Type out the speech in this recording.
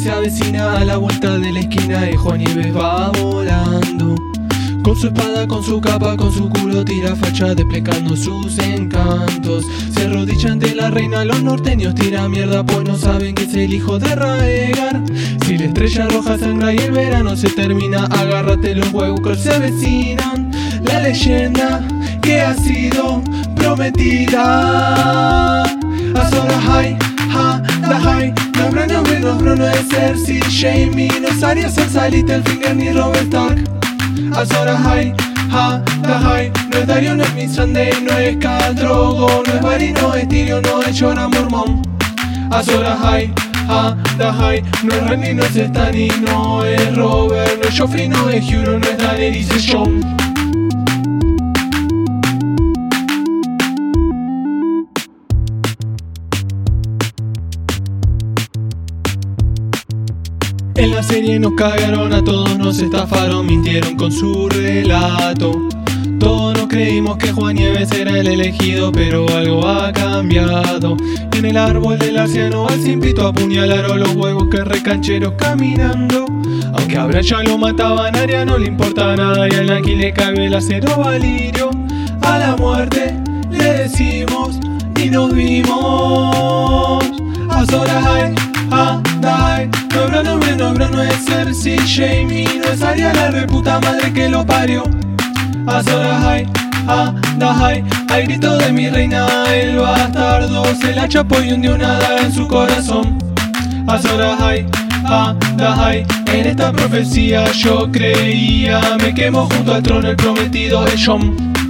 se avecina a la vuelta de la esquina y Juan Nieves va volando. Con su espada, con su capa, con su culo tira facha desplegando sus encantos. Se arrodilla ante la reina, los norteños tira mierda pues no saben que es el hijo de Raegar. Si la estrella roja sangra y el verano se termina, agárrate los huevos que se avecinan. La leyenda que ha sido prometida. Azor Ahai, ha, Dahai, no Bruno es Cersei, Jaime, no es Arya, Sansa, Littlefinger ni Robert Stark. Azor Ahai, ha, Dahai, no es Dario, no es Missandei, no es Khal Drogo, no es Varys, no es Tyrion, no es Jorah Mormont. Azor Ahai, ha, Dahai, no es Renly, no es Stannis, no es Robert, no es Joffrey, no es Euron, no es Daenerys, es Jon. En la serie nos cagaron a todos, nos estafaron, mintieron con su relato. Todos nos creímos que Juan Nieves era el elegido, pero algo ha cambiado. En el árbol del anciano al simpito apuñalaron los huevos que recancheros caminando. Aunque a Bran ya lo mataban, a Arya no le importa nada y al Naki le cabe el acero valirio. A la muerte le decimos y nos vimos. Azor Ahai, ha, Dahai, no es Cersei, Jaime, no es Arya, la reputa madre que lo parió. Azor Ahai, ha, Dahai, al grito de mi reina el bastardo se la chapó y hundió una daga en su corazón. Azor Ahai, ha, Dahai, en esta profecía yo creía, me quemo junto al trono el prometido de Jon.